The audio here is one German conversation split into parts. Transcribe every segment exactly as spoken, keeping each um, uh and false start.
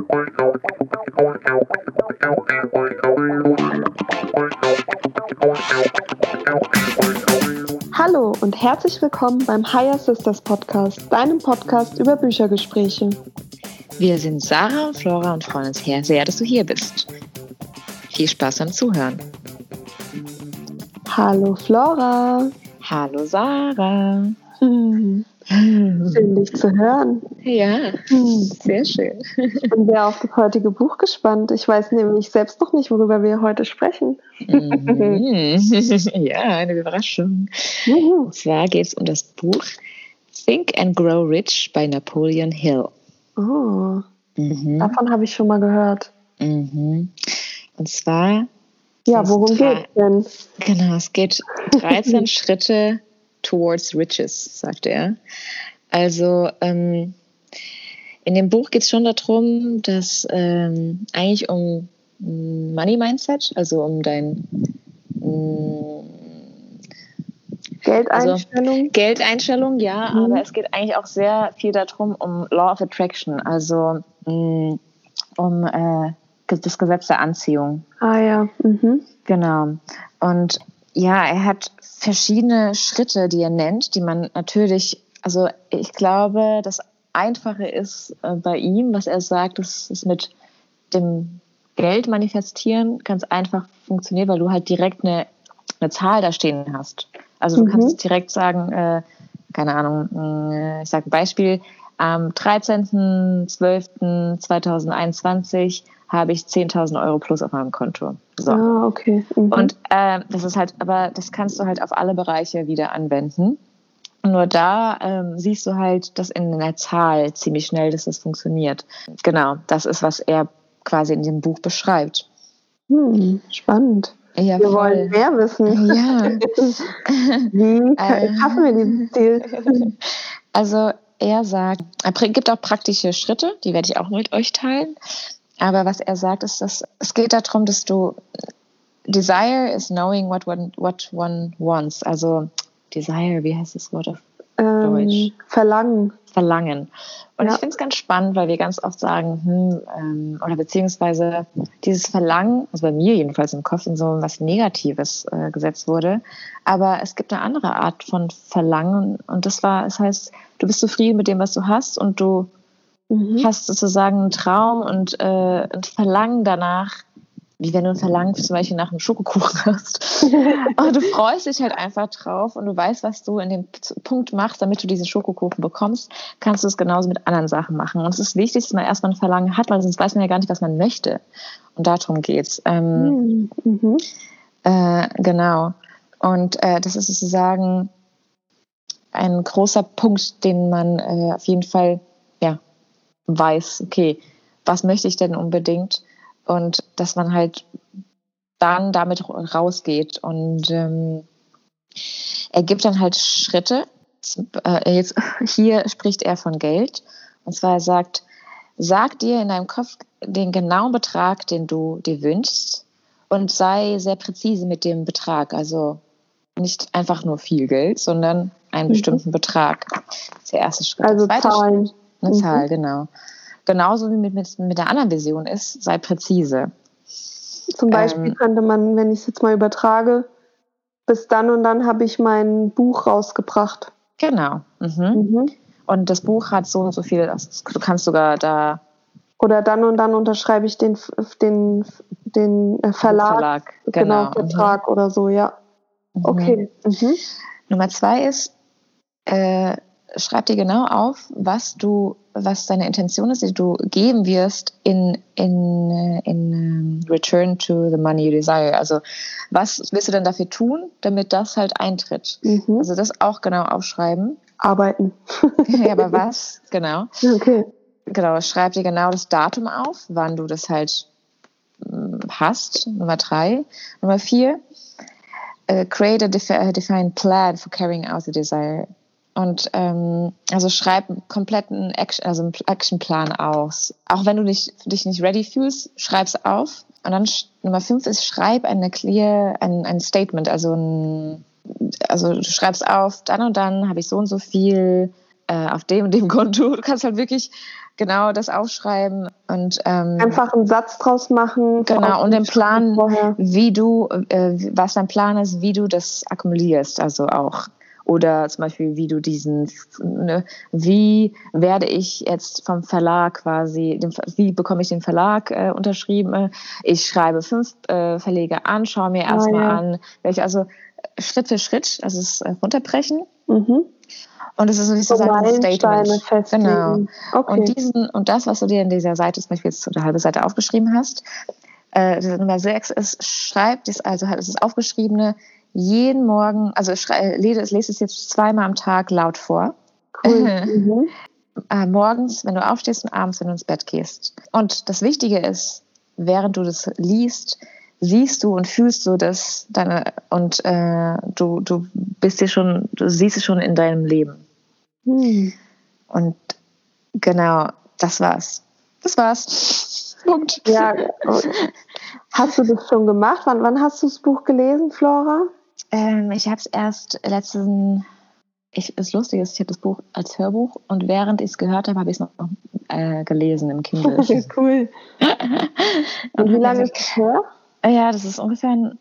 Hallo und herzlich willkommen beim Higher Sisters Podcast, deinem Podcast über Büchergespräche. Wir sind Sarah und Flora und freuen uns sehr, dass du hier bist. Viel Spaß beim Zuhören. Hallo Flora. Hallo Sarah. Hm. Schön, dich zu hören. Ja, hm. Sehr schön. Ich bin sehr auf das heutige Buch gespannt. Ich weiß nämlich selbst noch nicht, worüber wir heute sprechen. Mhm. Ja, eine Überraschung. Mhm. Und zwar geht es um das Buch Think and Grow Rich bei Napoleon Hill. Oh, mhm. Davon habe ich schon mal gehört. Mhm. Und zwar... Ja, worum geht es denn? Genau, es geht dreizehn Schritte towards riches, sagt er. Also ähm, in dem Buch geht es schon darum, dass ähm, eigentlich um Money Mindset, also um dein mh, Geldeinstellung. Also Geldeinstellung, ja, mhm. aber es geht eigentlich auch sehr viel darum, um Law of Attraction, also mh, um äh, das Gesetz der Anziehung. Ah ja. Mhm. Genau. Und ja, er hat verschiedene Schritte, die er nennt, die man natürlich, also ich glaube, das Einfache ist äh, bei ihm, was er sagt, dass es mit dem Geld manifestieren ganz einfach funktioniert, weil du halt direkt eine, eine Zahl da stehen hast. Also du mhm. kannst direkt sagen, äh, keine Ahnung, äh, ich sage ein Beispiel, am dreizehnten zwölften zweitausendeinundzwanzig habe ich zehntausend Euro plus auf meinem Konto. So. Ah, okay. Mhm. Und äh, das ist halt, aber das kannst du halt auf alle Bereiche wieder anwenden. Und nur da ähm, siehst du halt, dass in einer Zahl ziemlich schnell, dass das funktioniert. Genau, das ist, was er quasi in dem Buch beschreibt. Hm, spannend. Ja, wir voll. wollen mehr wissen. Ja. Wie schaffen wir dieses Ziel? Also er sagt, er gibt auch praktische Schritte, die werde ich auch mit euch teilen. Aber was er sagt, ist, dass es geht darum, dass du Desire is knowing what one, what one wants. Also Desire, wie heißt das Wort auf ähm, Deutsch? Verlangen. Verlangen. Und ja. ich finde es ganz spannend, weil wir ganz oft sagen, hm, ähm, oder beziehungsweise dieses Verlangen, also bei mir jedenfalls im Kopf in so was Negatives äh, gesetzt wurde. Aber es gibt eine andere Art von Verlangen und das war, es heißt, du bist zufrieden mit dem, was du hast und du mhm. hast sozusagen einen Traum und äh, ein Verlangen danach, wie wenn du ein Verlangen zum Beispiel nach einem Schokokuchen hast. Und du freust dich halt einfach drauf und du weißt, was du in dem Punkt machst, damit du diesen Schokokuchen bekommst, kannst du es genauso mit anderen Sachen machen. Und es ist wichtig, dass man erstmal ein Verlangen hat, weil sonst weiß man ja gar nicht, was man möchte. Und darum geht's. Ähm, mhm. äh, genau. Und äh, das ist sozusagen ein großer Punkt, den man äh, auf jeden Fall ja, weiß, okay, was möchte ich denn unbedingt? Und dass man halt dann damit rausgeht. Und ähm, er gibt dann halt Schritte. Äh, jetzt, hier spricht er von Geld. Und zwar er sagt, sag dir in deinem Kopf den genauen Betrag, den du dir wünschst und sei sehr präzise mit dem Betrag. Also nicht einfach nur viel Geld, sondern einen mhm. bestimmten Betrag. Das ist der erste Schritt. Also der zweite Zahlen. Schritt, eine mhm. Zahl, genau. Genauso wie mit, mit, mit der anderen Version ist, sei präzise. Zum Beispiel ähm, könnte man, wenn ich es jetzt mal übertrage, bis dann und dann habe ich mein Buch rausgebracht. Genau. Mhm. Mhm. Und das Buch hat so und so viel, du kannst sogar da... Oder dann und dann unterschreibe ich den, den, den Verlag, Verlag genau, genau. Vertrag mhm. oder so, ja. Mhm. Okay. Mhm. Nummer zwei ist, äh, schreib dir genau auf, was du, was deine Intention ist, die du geben wirst in, in, in return to the money you desire. Also was willst du denn dafür tun, damit das halt eintritt? Mhm. Also das auch genau aufschreiben. Arbeiten. Ja, aber was? Genau. Okay. Genau, schreib dir genau das Datum auf, wann du das halt hast. Nummer drei. Nummer vier, uh, create a defi- defined plan for carrying out the desire. Und ähm, also schreib einen kompletten Action, also einen Actionplan aus. Auch wenn du nicht, dich nicht ready fühlst, schreib's auf. Und dann Nummer fünf ist, schreib eine clear, ein, ein Statement, also ein, also du schreibst auf, dann und dann habe ich so und so viel äh, auf dem und dem Konto. Du kannst halt wirklich genau das aufschreiben und ähm, einfach einen Satz draus machen. Genau, und den Plan, wie du, äh, was dein Plan ist, wie du das akkumulierst, also auch. Oder zum Beispiel, wie du diesen, ne, wie werde ich jetzt vom Verlag quasi, den, wie bekomme ich den Verlag äh, unterschrieben? Ich schreibe fünf äh, Verleger an, schaue mir erstmal ah, ja. an, welche, also Schritt für Schritt, also es äh, runterbrechen. Mhm. Und es ist so, wie so ein Statement. Genau. Okay. Und diesen, und das, was du dir in dieser Seite, zum Beispiel jetzt eine halbe Seite aufgeschrieben hast, äh, Nummer sechs ist, schreib das, also es ist aufgeschriebene, jeden Morgen, also schrei, lese, lese es jetzt zweimal am Tag laut vor. Cool. Mhm. äh, morgens, wenn du aufstehst und abends, wenn du ins Bett gehst. Und das Wichtige ist, während du das liest, siehst du und fühlst du das deine, und äh, du, du bist dir schon, du siehst es schon in deinem Leben. Hm. Und genau, das war's. Das war's. Punkt. Ja. Hast du das schon gemacht? Wann, wann hast du das Buch gelesen, Flora? Ähm, ich habe es erst letzten, ich, das Lustige ist, ich habe das Buch als Hörbuch und während ich es gehört habe, habe ich es noch äh, gelesen im Kindle. Cool. Und wie lange ist es her? Ja, das ist ungefähr ein,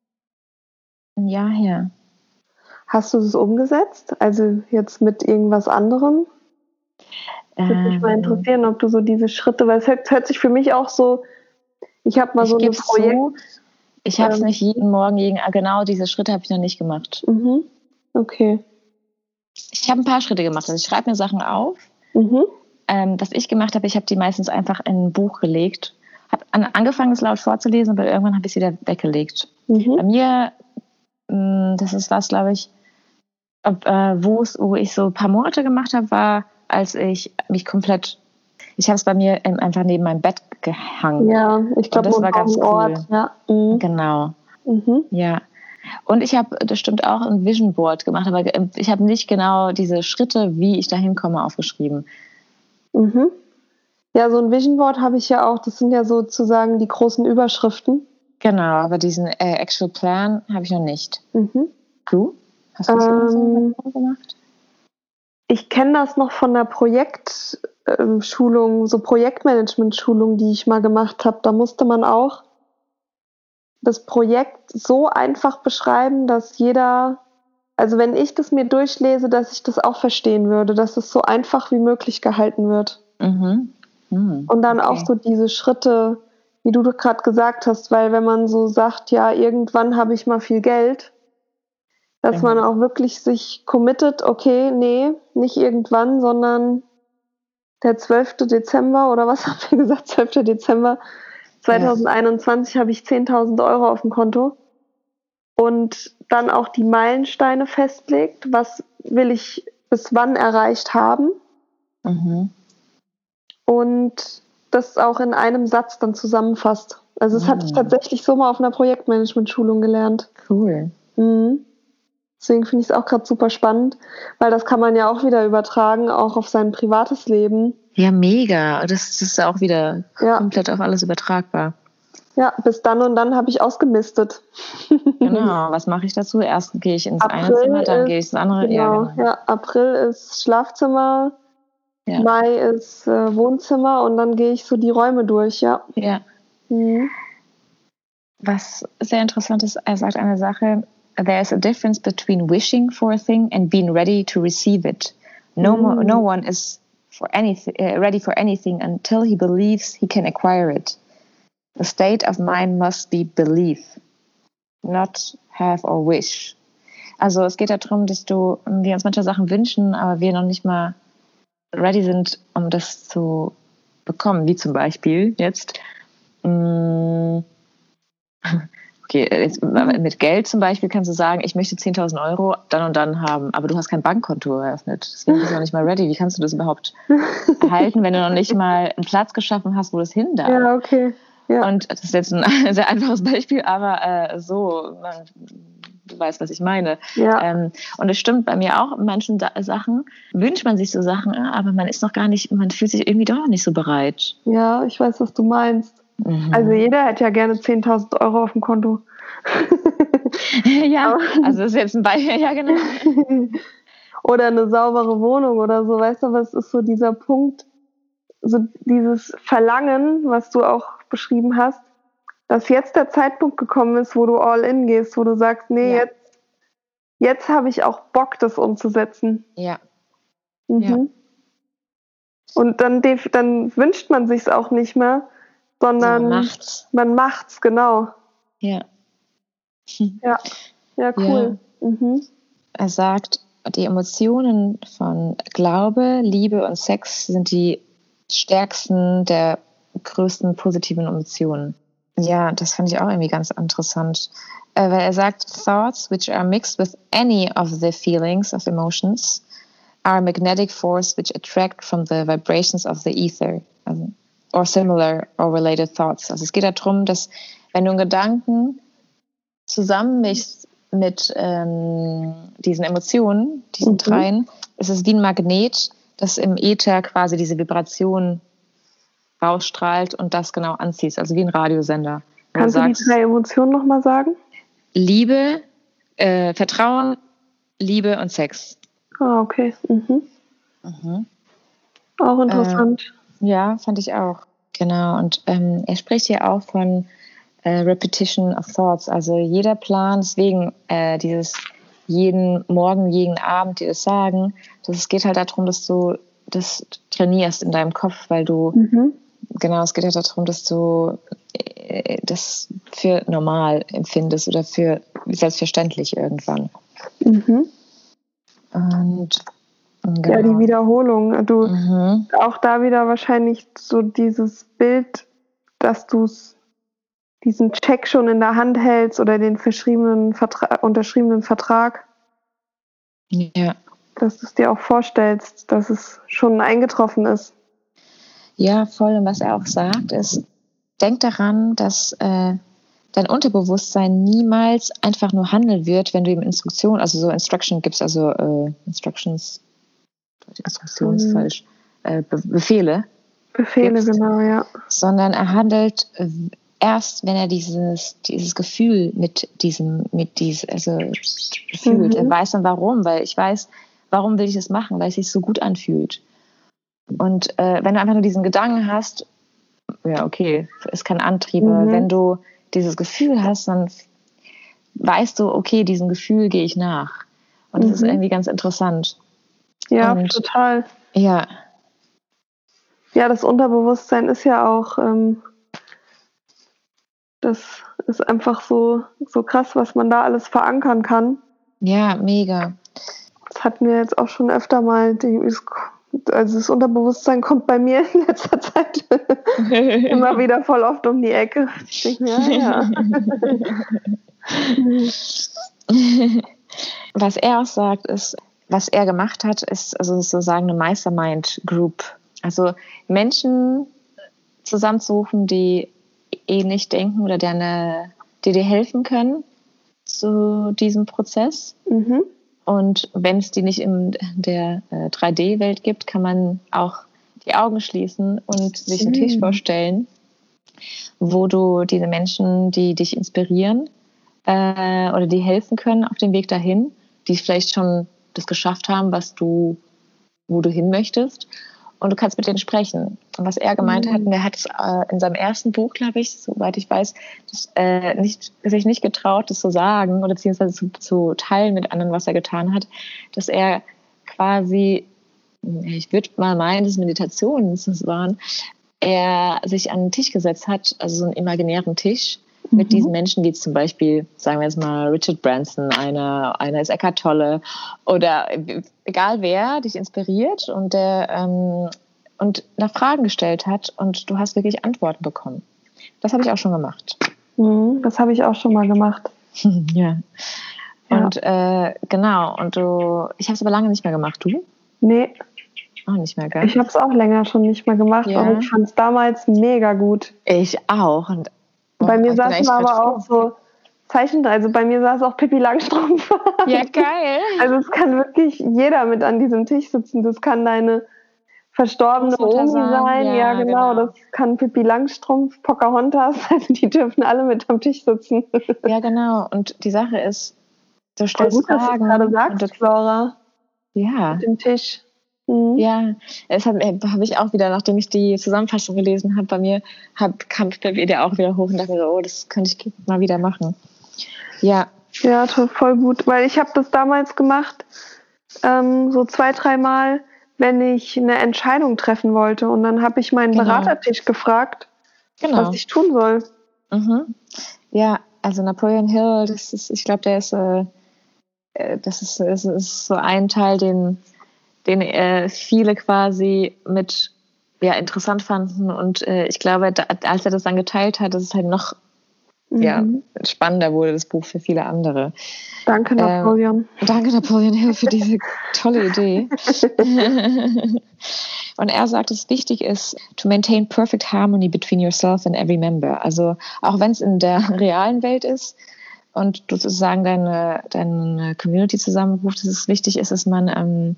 ein Jahr her. Hast du es umgesetzt? Also jetzt mit irgendwas anderem? Würde ähm, mich mal interessieren, ob du so diese Schritte, weil es hört, hört sich für mich auch so, ich habe mal ich so ein Projekt. Zu, ich habe es ähm, nicht jeden Morgen, jeden, genau diese Schritte habe ich noch nicht gemacht. Mhm. Okay. Ich habe ein paar Schritte gemacht. Also ich schreibe mir Sachen auf. Mhm. Ähm, was ich gemacht habe, ich habe die meistens einfach in ein Buch gelegt. Habe an, angefangen, es laut vorzulesen, aber irgendwann habe ich es wieder weggelegt. Mhm. Bei mir, mh, das ist was, glaube ich, ob, äh, wo ich so ein paar Monate gemacht habe, war, als ich mich komplett, ich habe es bei mir im, einfach neben meinem Bett gehangen. Ja, ich glaube, das war ganz cool. Ort. Ja. Mhm. Genau. Mhm. Ja. Und ich habe, das stimmt auch, ein Vision Board gemacht, aber ich habe nicht genau diese Schritte, wie ich da hinkomme, aufgeschrieben. Mhm. Ja, so ein Vision Board habe ich ja auch, das sind ja sozusagen die großen Überschriften. Genau, aber diesen äh, Actual Plan habe ich noch nicht. Mhm. Du? Hast du das ähm, so gemacht? Ich kenne das noch von der Projektschulung, ähm, so Projektmanagement-Schulung, die ich mal gemacht habe. Da musste man auch das Projekt so einfach beschreiben, dass jeder, also wenn ich das mir durchlese, dass ich das auch verstehen würde, dass es so einfach wie möglich gehalten wird. Mhm. Mhm. Und dann okay. auch so diese Schritte, wie du gerade gesagt hast, weil wenn man so sagt, ja, irgendwann habe ich mal viel Geld, dass mhm. man auch wirklich sich committet, okay, nee, nicht irgendwann, sondern der zwölften Dezember oder was haben wir gesagt, zwölften Dezember zwanzig einundzwanzig ja. habe ich zehntausend Euro auf dem Konto und dann auch die Meilensteine festlegt, was will ich bis wann erreicht haben mhm. und das auch in einem Satz dann zusammenfasst. Also das mhm. hatte ich tatsächlich so mal auf einer Projektmanagement-Schulung gelernt. Cool. Mhm. Deswegen finde ich es auch gerade super spannend, weil das kann man ja auch wieder übertragen, auch auf sein privates Leben. Ja, mega. Das, das ist ja auch wieder ja. komplett auf alles übertragbar. Ja, bis dann und dann habe ich ausgemistet. Genau, was mache ich dazu? Erst gehe ich ins April eine Zimmer, dann ist, gehe ich ins andere. Genau, ja, genau. Ja, April ist Schlafzimmer, ja. Mai ist äh, Wohnzimmer und dann gehe ich so die Räume durch, ja. Ja. Mhm. Was sehr interessant ist, er sagt eine Sache, there's a difference between wishing for a thing and being ready to receive it. No, mm. mo- no one is for anything, uh, ready for anything until he believes he can acquire it. The state of mind must be belief, not have or wish. Also es geht ja darum, dass du, wir uns manche Sachen wünschen, aber wir noch nicht mal ready sind, um das zu bekommen. Wie zum Beispiel jetzt, mh, okay, jetzt mit Geld zum Beispiel kannst du sagen, ich möchte zehntausend Euro dann und dann haben, aber du hast kein Bankkonto eröffnet. Deswegen bist du noch nicht mal ready. Wie kannst du das überhaupt erhalten, wenn du noch nicht mal einen Platz geschaffen hast, wo das hin darf? Ja, okay. Ja. Und das ist jetzt ein sehr einfaches Beispiel, aber äh, so, man, du weißt, was ich meine. Ja. Ähm, und es stimmt bei mir auch, in manchen da- Sachen wünscht man sich so Sachen, aber man ist noch gar nicht, man fühlt sich irgendwie doch noch nicht so bereit. Ja, ich weiß, was du meinst. Mhm. Also jeder hätte ja gerne zehntausend Euro auf dem Konto. Ja, also das ist jetzt ein Beispiel, ja genau. Oder eine saubere Wohnung oder so, weißt du, aber es ist so dieser Punkt, so dieses Verlangen, was du auch beschrieben hast, dass jetzt der Zeitpunkt gekommen ist, wo du all in gehst, wo du sagst, nee, Ja. jetzt, jetzt habe ich auch Bock, das umzusetzen. Ja. Mhm. Ja. Und dann, def- dann wünscht man sich's auch nicht mehr, sondern So, macht's. man macht's, genau. Ja. Ja, ja, cool. Mhm. Er sagt, die Emotionen von Glaube, Liebe und Sex sind die stärksten der größten positiven Emotionen. Ja, das fand ich auch irgendwie ganz interessant. Äh, weil er sagt, thoughts which are mixed with any of the feelings of emotions are a magnetic force which attract from the vibrations of the ether, also, or similar or related thoughts. Also es geht darum, dass wenn du einen Gedanken zusammenmischst mit ähm, diesen Emotionen, diesen Mhm. dreien, ist es wie ein Magnet, das im Äther quasi diese Vibration rausstrahlt und das genau anzieht, also wie ein Radiosender. Wo Kannst du die sagst, drei Emotionen nochmal sagen? Liebe, äh, Vertrauen, Liebe und Sex. Ah, okay. Mhm. Mhm. Auch interessant. Äh, ja, fand ich auch. Genau, und ähm, er spricht ja auch von äh, Repetition of Thoughts, also jeder Plan, deswegen äh, dieses jeden Morgen, jeden Abend dir das sagen, das, es geht halt darum, dass du das trainierst in deinem Kopf, weil du, Mhm. genau, es geht halt darum, dass du äh, das für normal empfindest oder für selbstverständlich irgendwann. Mhm. Und genau. Ja, die Wiederholung. Du Mhm. auch da wieder wahrscheinlich so dieses Bild, dass du diesen Check schon in der Hand hältst oder den verschriebenen Vertra- unterschriebenen Vertrag, Ja. dass du es dir auch vorstellst, dass es schon eingetroffen ist. Ja, voll. Und was er auch sagt, ist, denk daran, dass äh, dein Unterbewusstsein niemals einfach nur handeln wird, wenn du ihm Instruktionen, also so Instruction gibst, also äh, Instructions, Instruktion ist Mhm. falsch, äh, Be- Befehle, Befehle, gibst, genau, ja. sondern er handelt äh, erst, wenn er dieses, dieses Gefühl mit diesem, mit diesem, also fühlt. Mhm. Er weiß dann warum, weil ich weiß, warum will ich das machen, weil es sich so gut anfühlt. Und äh, wenn du einfach nur diesen Gedanken hast, ja, okay, ist kein Antrieb, Mhm. aber wenn du dieses Gefühl hast, dann weißt du, okay, diesem Gefühl gehe ich nach. Und das Mhm. ist irgendwie ganz interessant. Ja, Und total. ja, Ja, das Unterbewusstsein ist ja auch, ähm, das ist einfach so, so krass, was man da alles verankern kann. ja, mega. Das hatten wir jetzt auch schon öfter mal. Die, also das Unterbewusstsein kommt bei mir in letzter Zeit immer wieder voll oft um die Ecke. Ich denke mir, ja, ja. Was er auch sagt, ist, was er gemacht hat, ist also sozusagen eine Mastermind Group. Also Menschen zusammenzurufen, die ähnlich denken oder die, eine, die dir helfen können zu diesem Prozess. Mhm. Und wenn es die nicht in der äh, drei D-Welt gibt, kann man auch die Augen schließen und sich einen Tisch Mhm. vorstellen, wo du diese Menschen, die dich inspirieren äh, oder die helfen können auf dem Weg dahin, die vielleicht schon das geschafft haben, was du, wo du hin möchtest. Und du kannst mit denen sprechen. Und was er gemeint Mhm. hat, und er hat es äh, in seinem ersten Buch, glaube ich, soweit ich weiß, das, äh, nicht, sich nicht getraut, das zu sagen oder beziehungsweise zu, zu teilen mit anderen, was er getan hat, dass er quasi, ich würde mal meinen, dass Meditationen das waren, er sich an den Tisch gesetzt hat, also so einen imaginären Tisch, mit Mhm. diesen Menschen, wie zum Beispiel, sagen wir jetzt mal, Richard Branson, einer, einer ist Eckhart Tolle oder egal wer dich inspiriert und der ähm, und nach Fragen gestellt hat und du hast wirklich Antworten bekommen. Das habe ich auch schon gemacht. Mhm. Das habe ich auch schon mal gemacht. Ja. Ja. Und äh, genau, und du, ich habe es aber lange nicht mehr gemacht. Du? Nee, Auch nicht mehr, gell? ich habe es auch länger schon nicht mehr gemacht, Ja. aber ich fand es damals mega gut. Ich auch. Und Bei oh, mir ich bin saßen echt aber grad auch froh. so Zeichen, also bei mir saß auch Pippi Langstrumpf. Ja, geil. Also es kann wirklich jeder mit an diesem Tisch sitzen. Das kann deine verstorbene Großmutter Omi sein, sein, ja, ja, genau. genau. Das kann Pippi Langstrumpf, Pocahontas, also die dürfen alle mit am Tisch sitzen. Ja, genau. Und die Sache ist, du Voll stellst gut, dass du es Fragen. gerade und du, sagst, Flora, ja, mit dem Tisch. Mhm. Ja, es hat, habe ich auch wieder, nachdem ich die Zusammenfassung gelesen habe, bei mir hab, kam bei mir der auch wieder hoch und dachte mir so, oh, das könnte ich mal wieder machen. Ja. Ja, voll gut, weil ich habe das damals gemacht, ähm, so zwei, dreimal, wenn ich eine Entscheidung treffen wollte. Und dann habe ich meinen Genau. Beratertisch gefragt, Genau. was ich tun soll. Mhm. Ja, also Napoleon Hill, das ist, ich glaube, der ist, äh, das ist, das ist so ein Teil, den den äh, viele quasi mit ja interessant fanden und äh, ich glaube, da, als er das dann geteilt hat, dass es halt noch mhm. ja, spannender wurde, das Buch für viele andere. Danke, Napoleon. Ähm, danke, Napoleon Hill, für diese tolle Idee. Und er sagt, dass es wichtig ist, to maintain perfect harmony between yourself and every member. Also auch wenn es in der realen Welt ist und du sozusagen deine, deine Community zusammenrufst, dass es wichtig ist, dass man ähm,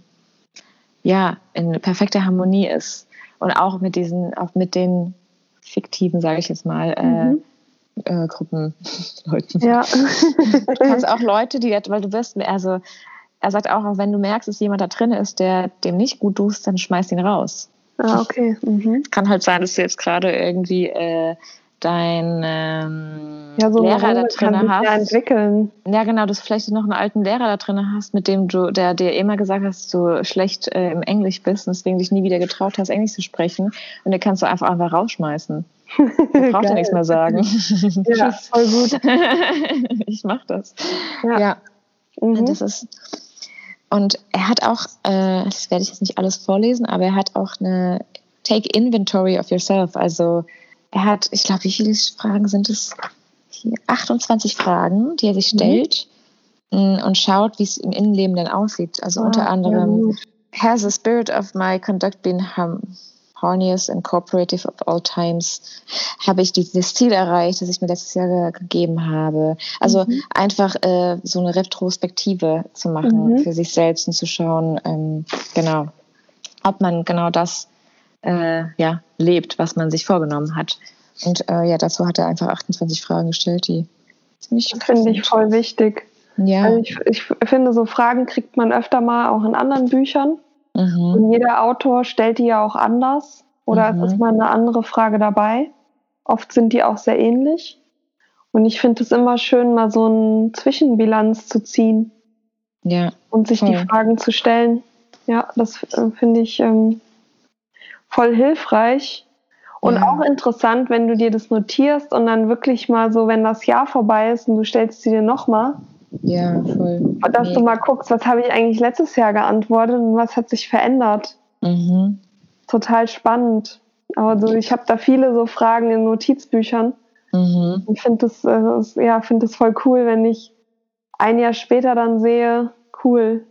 ja, in perfekter Harmonie ist. Und auch mit diesen, auch mit den fiktiven, sage ich jetzt mal, mhm. äh, äh, Gruppenleuten. Ja. Du kannst auch Leute, die, weil du wirst, also er sagt auch, wenn du merkst, dass jemand da drin ist, der dem nicht gut tust, dann schmeiß ihn raus. Ah, okay. Mhm. Kann halt sein, dass du jetzt gerade irgendwie äh, dein ähm, ja, so Lehrer da drin hast. Ja, entwickeln. Ja, genau, dass du vielleicht noch einen alten Lehrer da drin hast, mit dem du, der dir immer gesagt hast, dass du schlecht äh, im Englisch bist und deswegen dich nie wieder getraut hast, Englisch zu sprechen. Und den kannst du einfach einfach rausschmeißen. Der braucht dir nichts mehr sagen. Ja, voll gut. Ich mach das. Ja. ja. Mhm. Das ist. Und er hat auch, äh, das werde ich jetzt nicht alles vorlesen, aber er hat auch eine Take Inventory of Yourself. Also er hat, ich glaube, wie viele Fragen sind es? Hier, achtundzwanzig Fragen, die er sich stellt mhm. und schaut, wie es im Innenleben dann aussieht. Also ah, unter anderem, ja, has the spirit of my conduct been harmonious and cooperative of all times? Habe ich dieses Ziel erreicht, das ich mir letztes Jahr gegeben habe? Also mhm. einfach äh, so eine Retrospektive zu machen mhm. für sich selbst und zu schauen, ähm, genau, ob man genau das äh, ja, lebt, was man sich vorgenommen hat. Und äh, ja, dazu hat er einfach achtundzwanzig Fragen gestellt, die ziemlich das finde ich voll wichtig. Ja. Also ich, ich finde, so Fragen kriegt man öfter mal auch in anderen Büchern. Mhm. Und jeder Autor stellt die ja auch anders. Oder mhm. es ist mal eine andere Frage dabei. Oft sind die auch sehr ähnlich. Und ich finde es immer schön, mal so eine Zwischenbilanz zu ziehen. Ja. Und sich voll. die Fragen zu stellen. Ja, das äh, finde ich ähm, voll hilfreich. Und ja. auch interessant, wenn du dir das notierst und dann wirklich mal so, wenn das Jahr vorbei ist und du stellst sie dir nochmal. Ja, voll. Dass nee. du mal guckst, was habe ich eigentlich letztes Jahr geantwortet und was hat sich verändert. Mhm. Total spannend. Also ich habe da viele so Fragen in Notizbüchern. Mhm. Und finde das, äh, ja, find das voll cool, wenn ich ein Jahr später dann sehe, cool,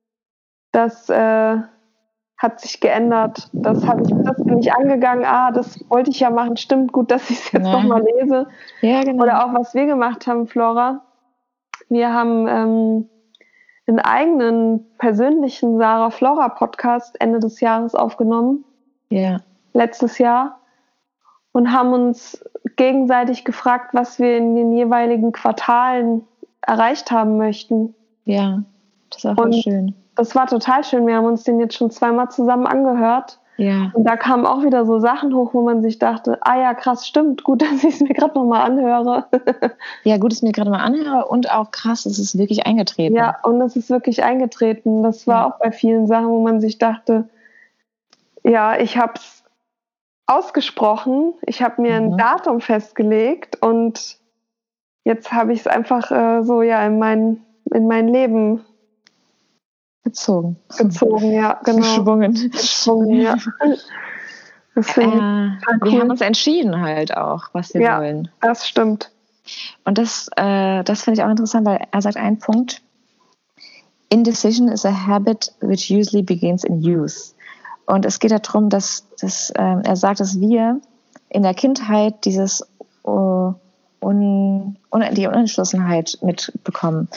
das äh, hat sich geändert. Das habe ich, das bin ich angegangen. Ah, das wollte ich ja machen. Stimmt, gut, dass ich es jetzt nochmal lese. Ja, genau. Oder auch, was wir gemacht haben, Flora. Wir haben ähm, einen eigenen persönlichen Sarah Flora Podcast Ende des Jahres aufgenommen. Ja. Letztes Jahr. Und haben uns gegenseitig gefragt, was wir in den jeweiligen Quartalen erreicht haben möchten. Ja, das war voll schön. Das war total schön. Wir haben uns den jetzt schon zweimal zusammen angehört. Ja. Und da kamen auch wieder so Sachen hoch, wo man sich dachte, ah ja, krass, stimmt, gut, dass ich es mir gerade nochmal anhöre. Ja, gut, dass ich mir gerade mal anhöre und auch krass, es ist wirklich eingetreten. Ja, und es ist wirklich eingetreten. Das war ja. auch bei vielen Sachen, wo man sich dachte, ja, ich habe es ausgesprochen, ich habe mir mhm. ein Datum festgelegt und jetzt habe ich es einfach äh, so ja in mein, in mein Leben gezogen. Gezogen, ja, genau. Geschwungen. Geschwungen, ja. Das äh, cool. Wir haben uns entschieden halt auch, was wir ja, wollen. Das stimmt. Und das, äh, das finde ich auch interessant, weil er sagt einen Punkt, Indecision is a habit which usually begins in youth. Und es geht darum, dass, dass äh, er sagt, dass wir in der Kindheit dieses uh, un, un, die Unentschlossenheit mitbekommen.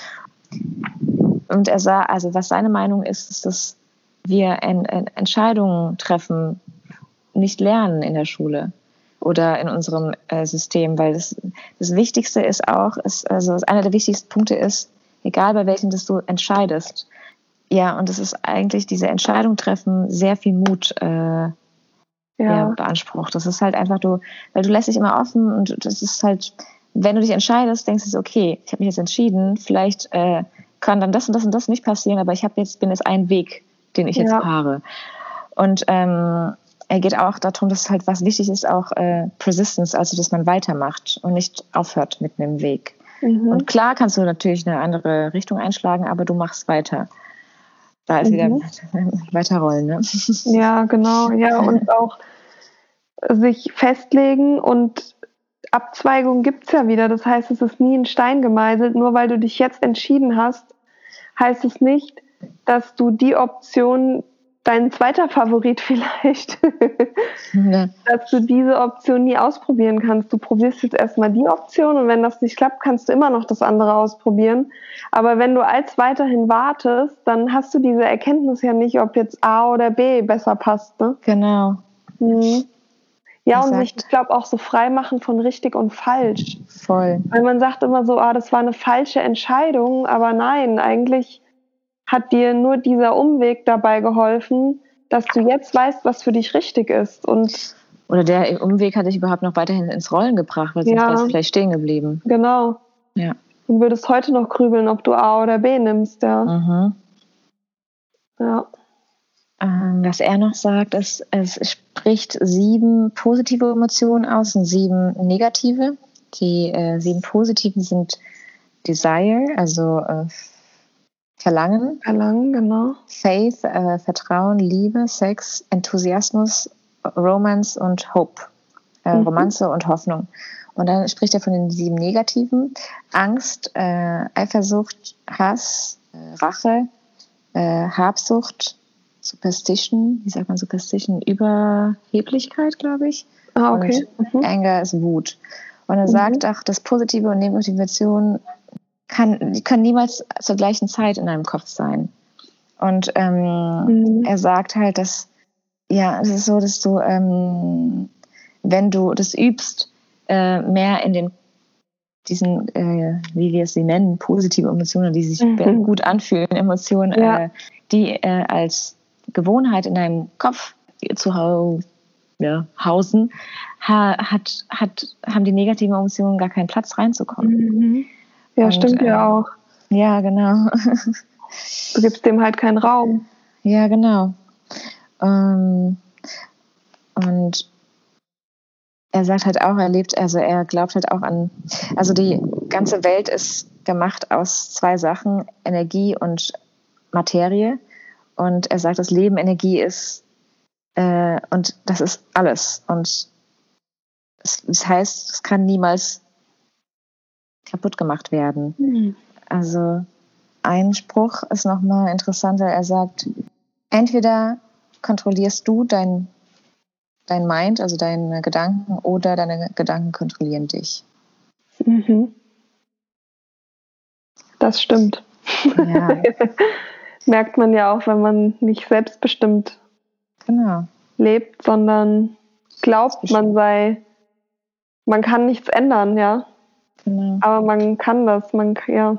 Und er sah, also was seine Meinung ist, ist, dass wir en, en, Entscheidungen treffen, nicht lernen in der Schule oder in unserem äh, System, weil das, das Wichtigste ist auch, ist, also einer der wichtigsten Punkte ist, egal bei welchen das du entscheidest, ja, und es ist eigentlich diese Entscheidung treffen, sehr viel Mut äh, ja. Ja, beansprucht. Das ist halt einfach, du, weil du lässt dich immer offen und das ist halt, wenn du dich entscheidest, denkst du so, okay, ich habe mich jetzt entschieden, vielleicht äh, kann dann das und das und das nicht passieren, aber ich habe jetzt, bin jetzt ein Weg, den ich jetzt ja. fahre. Und ähm, er geht auch darum, dass halt was wichtig ist, auch äh, Persistence, also dass man weitermacht und nicht aufhört mitten im Weg. Mhm. Und klar kannst du natürlich eine andere Richtung einschlagen, aber du machst weiter. Da ist mhm. wieder weiterrollen, ne? Ja, genau. Ja, und auch sich festlegen und Abzweigungen gibt es ja wieder. Das heißt, es ist nie in Stein gemeißelt. Nur weil du dich jetzt entschieden hast, heißt es nicht, dass du die Option, dein zweiter Favorit vielleicht, ja. dass du diese Option nie ausprobieren kannst. Du probierst jetzt erstmal die Option und wenn das nicht klappt, kannst du immer noch das andere ausprobieren. Aber wenn du als weiterhin wartest, dann hast du diese Erkenntnis ja nicht, ob jetzt A oder B besser passt. Ne? Genau. Mhm. Ja, und sich, ich glaube, auch so frei machen von richtig und falsch. Voll. Weil man sagt immer so, ah, das war eine falsche Entscheidung, aber nein, eigentlich hat dir nur dieser Umweg dabei geholfen, dass du jetzt weißt, was für dich richtig ist. Und oder der Umweg hat dich überhaupt noch weiterhin ins Rollen gebracht, weil sonst ja, wärst du vielleicht stehen geblieben. Genau. Ja. Und würdest heute noch grübeln, ob du A oder B nimmst, ja. Mhm. Ja. Was er noch sagt, ist, es spricht sieben positive Emotionen aus und sieben negative. Die äh, sieben positiven sind Desire, also äh, Verlangen. Verlangen, genau. Faith, äh, Vertrauen, Liebe, Sex, Enthusiasmus, Romance und Hope. Äh, mhm. Romanze und Hoffnung. Und dann spricht er von den sieben negativen. Angst, äh, Eifersucht, Hass, äh, Rache, äh, Habsucht, Superstition, wie sagt man Superstition? Überheblichkeit, glaube ich. Ah, okay. Und mhm. Anger ist Wut. Und er mhm. sagt auch, dass positive und negative Emotionen kann, die können niemals zur gleichen Zeit in deinem Kopf sein. Und ähm, mhm. er sagt halt, dass, ja, es ist so, dass du, ähm, wenn du das übst, äh, mehr in den diesen, äh, wie wir es sie nennen, positive Emotionen, die sich mhm. gut anfühlen, Emotionen, ja. äh, die äh, als Gewohnheit in deinem Kopf zu hau- ja, hausen, ha- hat, hat, haben die negativen Emotionen gar keinen Platz reinzukommen. Mhm. Ja, und, stimmt ja äh, auch. Ja, genau. Du gibst dem halt keinen Raum. Ja, genau. Ähm, und er sagt halt auch, er lebt, also er glaubt halt auch an, also die ganze Welt ist gemacht aus zwei Sachen, Energie und Materie. Und er sagt, das Leben Energie ist, äh, und das ist alles. Und es, das heißt, es kann niemals kaputt gemacht werden. Mhm. Also ein Spruch ist nochmal interessanter. Er sagt, entweder kontrollierst du dein, dein Mind, also deine Gedanken, oder deine Gedanken kontrollieren dich. Mhm. Das stimmt. Ja. Merkt man ja auch, wenn man nicht selbstbestimmt genau. lebt, sondern glaubt, man sei, man kann nichts ändern, ja. Genau. Aber man kann das, man kann ja,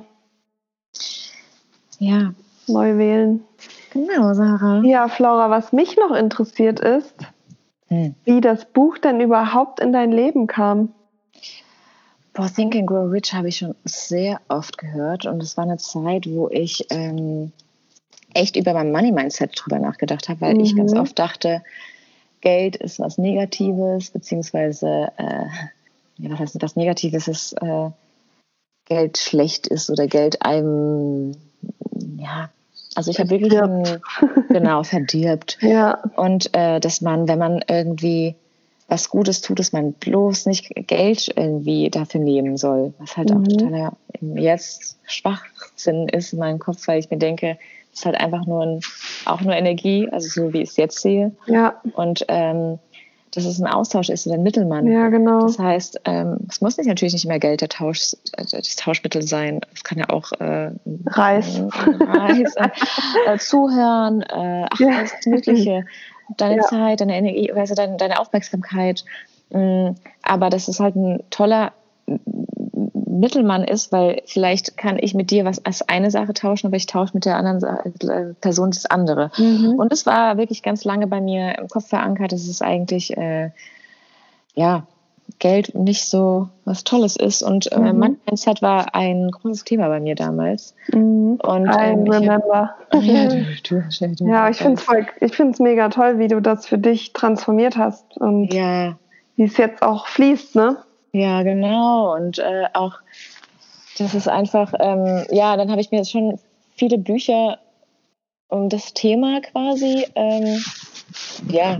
ja neu wählen. Genau, Sarah. Ja, Flora, was mich noch interessiert ist, hm. wie das Buch denn überhaupt in dein Leben kam. Boah, Think and Grow Rich habe ich schon sehr oft gehört und es war eine Zeit, wo ich ähm, echt über mein Money-Mindset drüber nachgedacht habe, weil mhm. ich ganz oft dachte, Geld ist was Negatives, beziehungsweise äh, ja, was heißt was Negatives ist, äh, Geld schlecht ist oder Geld einem, ja, also ich habe wirklich ein, genau, verdirbt. Ja. Und äh, dass man, wenn man irgendwie was Gutes tut, dass man bloß nicht Geld irgendwie dafür nehmen soll, was halt mhm. auch totaler jetzt Schwachsinn ist in meinem Kopf, weil ich mir denke, es ist halt einfach nur ein, auch nur Energie, also so wie ich es jetzt sehe. Ja. Und ähm, dass es ein Austausch ist oder ein Mittelmann. Ja, genau. Das heißt, ähm, es muss nicht natürlich nicht immer Geld der Tausch, das Tauschmittel sein. Es kann ja auch äh, Reis, Reis äh, Zuhören, äh, ach, ja. alles Mögliche. Deine ja. Zeit, deine Energie, weißt du, deine, deine Aufmerksamkeit. Aber das ist halt ein toller Mittelmann ist, weil vielleicht kann ich mit dir was als eine Sache tauschen, aber ich tausche mit der anderen Sa- Person das andere. Mhm. Und es war wirklich ganz lange bei mir im Kopf verankert, dass es eigentlich, äh, ja, Geld nicht so was Tolles ist. Und äh, Mhm. mein Mindset war ein großes Thema bei mir damals. Mhm. Und I ähm, ich hab, remember. ja, du, du, du, Ja, ich finde es voll, ich finde es mega toll, wie du das für dich transformiert hast und ja, wie es jetzt auch fließt, ne? ja, genau. Und äh, auch, das ist einfach, ähm, ja, dann habe ich mir jetzt schon viele Bücher um das Thema quasi, ähm, ja,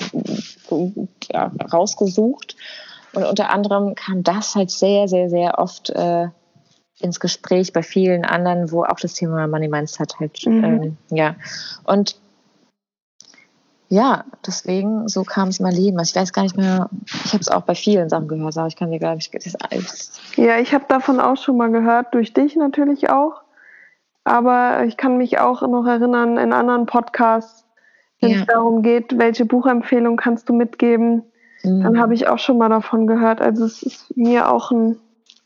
ja, rausgesucht. Und unter anderem kam das halt sehr, sehr, sehr oft äh, ins Gespräch bei vielen anderen, wo auch das Thema Money Mindset halt, Mhm. ähm, ja. Und ja, deswegen, so kam es in mein Leben. Also ich weiß gar nicht mehr, ich habe es auch bei vielen Sachen gehört, aber ich kann dir gar nicht, das alles. Ja, ich habe davon auch schon mal gehört, durch dich natürlich auch. Aber ich kann mich auch noch erinnern, in anderen Podcasts, wenn es Ja. darum geht, welche Buchempfehlung kannst du mitgeben, Mhm. dann habe ich auch schon mal davon gehört. Also es ist mir auch ein,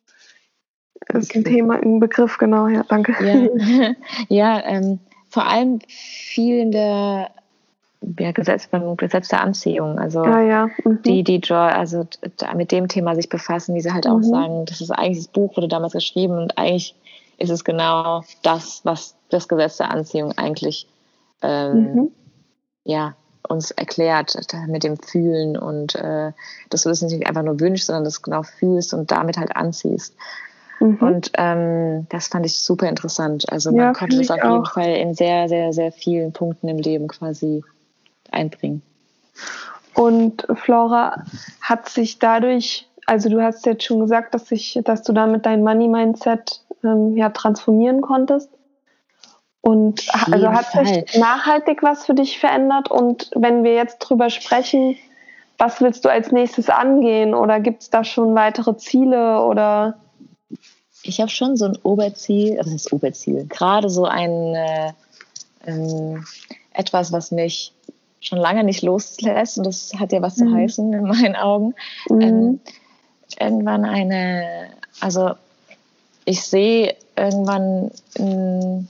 ist ein Thema, ein Begriff, genau, ja, danke. Ja, ja ähm, vor allem viel in der ja, Gesetz, beim Gesetz der Anziehung, also Ah, ja. Mhm. die, die Joy, also da mit dem Thema sich befassen, die sie halt Mhm. auch sagen, das ist eigentlich, das Buch wurde damals geschrieben und eigentlich ist es genau das, was das Gesetz der Anziehung eigentlich ähm, Mhm. ja, uns erklärt, mit dem Fühlen und äh, dass du das nicht einfach nur wünschst, sondern das genau fühlst und damit halt anziehst. Mhm. Und ähm, das fand ich super interessant. Also Ja, man konnte finde das ich auf jeden auch. Fall in sehr, sehr, sehr vielen Punkten im Leben quasi einbringen. Und Flora, hat sich dadurch, also du hast jetzt schon gesagt, dass, sich, dass du damit dein Money-Mindset ähm, ja, transformieren konntest. Und Auf also jeden hat Fall. sich nachhaltig was für dich verändert? Und wenn wir jetzt drüber sprechen, was willst du als nächstes angehen? Oder gibt es da schon weitere Ziele? Oder? Ich habe schon so ein Oberziel, also das Oberziel, gerade so ein äh, ähm, etwas, was mich schon lange nicht loslässt, und das hat ja was zu Mhm. heißen in meinen Augen. Mhm. Ähm, irgendwann eine, also ich sehe irgendwann ähm,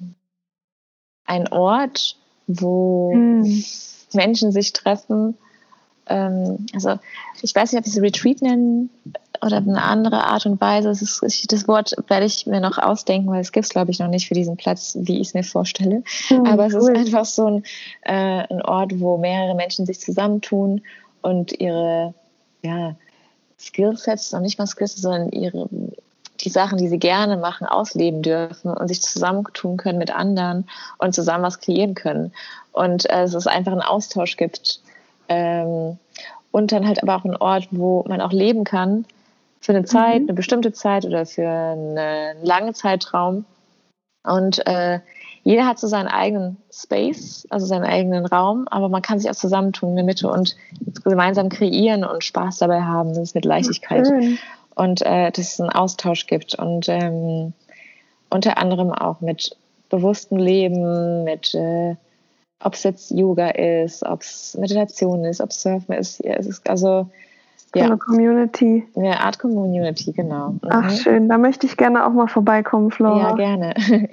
einen Ort, wo Mhm. Menschen sich treffen. Ähm, also ich weiß nicht, ob ich es Retreat nennen oder eine andere Art und Weise. Das, ist, das Wort werde ich mir noch ausdenken, weil es gibt es, glaube ich, noch nicht für diesen Platz, wie ich es mir vorstelle. Mhm, Aber es cool. ist einfach so ein, äh, ein Ort, wo mehrere Menschen sich zusammentun und ihre ja, Skillsets, noch nicht mal Skillsets, sondern ihre, die Sachen, die sie gerne machen, ausleben dürfen und sich zusammentun können mit anderen und zusammen was kreieren können. Und äh, es ist einfach einen Austausch gibt. Ähm, und dann halt aber auch ein Ort, wo man auch leben kann für eine Zeit, Mhm. eine bestimmte Zeit oder für einen langen Zeitraum. Und äh, jeder hat so seinen eigenen Space, also seinen eigenen Raum, aber man kann sich auch zusammentun in der Mitte und gemeinsam kreieren und Spaß dabei haben, das ist mit Leichtigkeit. Schön. Und äh, dass es einen Austausch gibt und ähm, unter anderem auch mit bewusstem Leben, mit äh, ob es jetzt Yoga ist, ob es Meditation ist, ob es Surfen ist. Ja, es ist also So eine ja, Community. eine Art Community, genau. Mhm. Ach, schön. Da möchte ich gerne auch mal vorbeikommen, Flora. Ja, gerne. Bring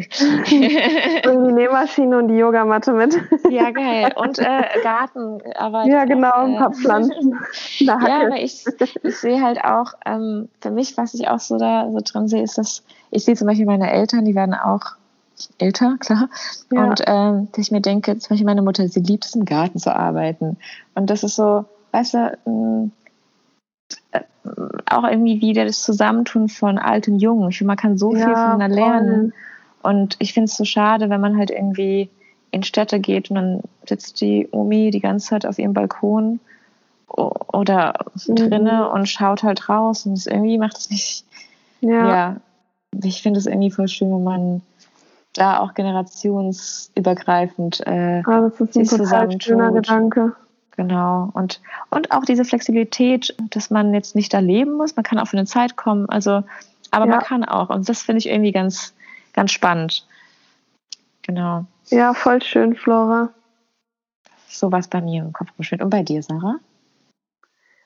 die Nähmaschine und die Yogamatte mit. Ja, geil. Und äh, Gartenarbeit. Ja, ist genau, auch, ein paar äh, Pflanzen. Ja, Hacke. aber ich, ich sehe halt auch, ähm, für mich, was ich auch so da so drin sehe, ist, dass ich sehe zum Beispiel meine Eltern, die werden auch älter, klar. Ja. Und ähm, dass ich mir denke, zum Beispiel meine Mutter, sie liebt es, im Garten zu arbeiten. Und das ist so, weißt du, mh, äh, auch irgendwie wieder das Zusammentun von alt und jung. Ich finde, man kann so viel Ja, voneinander voll. lernen. Und ich finde es so schade, wenn man halt irgendwie in Städte geht und dann sitzt die Omi die ganze Zeit auf ihrem Balkon o- oder Mhm. drinne und schaut halt raus. Und das irgendwie macht es mich, Ja, ja, ich finde es irgendwie voll schön, wenn man da auch generationsübergreifend äh, ah, das ist ein sich total schöner zusammentut. Gedanke. Genau. Und, und auch diese Flexibilität, dass man jetzt nicht da leben muss. Man kann auch für eine Zeit kommen. Also, aber Ja. man kann auch. Und das finde ich irgendwie ganz, ganz spannend. Genau. Ja, voll schön, Flora. So was bei mir im Kopf geschwirrt. Und bei dir, Sarah?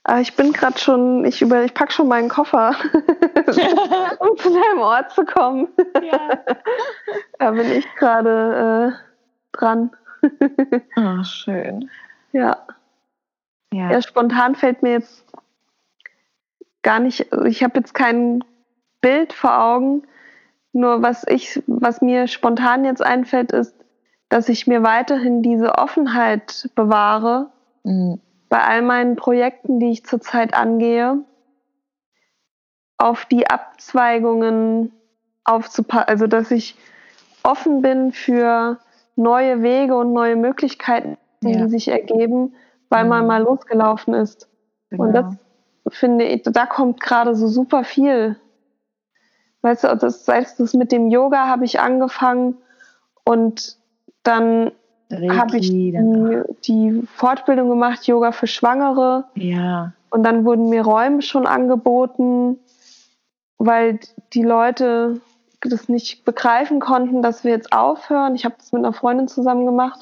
Aber ich bin gerade schon, ich über, ich packe schon meinen Koffer, um zu deinem Ort zu kommen. Ja. Da bin ich gerade äh, dran. Oh, schön. Ja. ja. Ja, spontan fällt mir jetzt gar nicht, ich habe jetzt kein Bild vor Augen, nur was ich, was mir spontan jetzt einfällt, ist, dass ich mir weiterhin diese Offenheit bewahre, Mhm. bei all meinen Projekten, die ich zurzeit angehe, auf die Abzweigungen aufzupassen, also dass ich offen bin für neue Wege und neue Möglichkeiten, Ja. die sich ergeben, weil Mhm. man mal losgelaufen ist. Genau. Und das finde ich, da kommt gerade so super viel. Weißt du, das, seit das mit dem Yoga habe ich angefangen und dann habe ich die, die Fortbildung gemacht, Yoga für Schwangere. Ja. Und dann wurden mir Räume schon angeboten, weil die Leute das nicht begreifen konnten, dass wir jetzt aufhören. Ich habe das mit einer Freundin zusammen gemacht.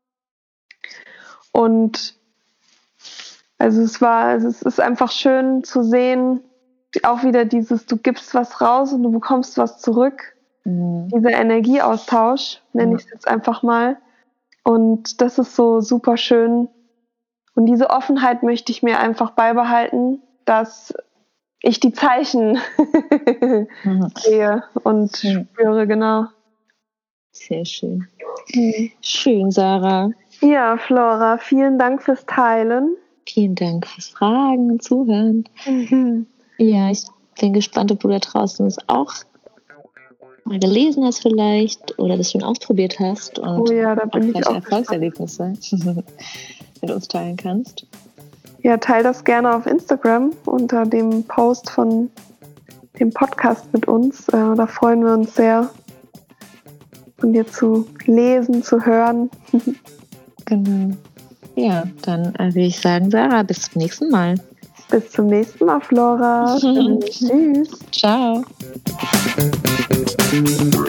Und also es war, also es ist einfach schön zu sehen, auch wieder dieses, du gibst was raus und du bekommst was zurück. Mhm. Dieser Energieaustausch, nenne Ja. ich es jetzt einfach mal. Und das ist so super schön. Und diese Offenheit möchte ich mir einfach beibehalten, dass ich die Zeichen Mhm. sehe und Mhm. spüre, genau. Sehr schön. Mhm. Schön, Sarah. Ja, Flora, vielen Dank fürs Teilen. Vielen Dank fürs Fragen und Zuhören. Mhm. Ja, ich bin gespannt, ob du da draußen es auch mal gelesen hast vielleicht oder das schon ausprobiert hast und Oh ja, da bin auch ich vielleicht auch Erfolgserlebnisse mit uns teilen kannst. Ja, teil das gerne auf Instagram unter dem Post von dem Podcast mit uns. Äh, da freuen wir uns sehr, von dir zu lesen, zu hören. Genau. Ja, dann äh, würde ich sagen, Sarah, bis zum nächsten Mal. Bis zum nächsten Mal, Flora. Tschüss. Ciao.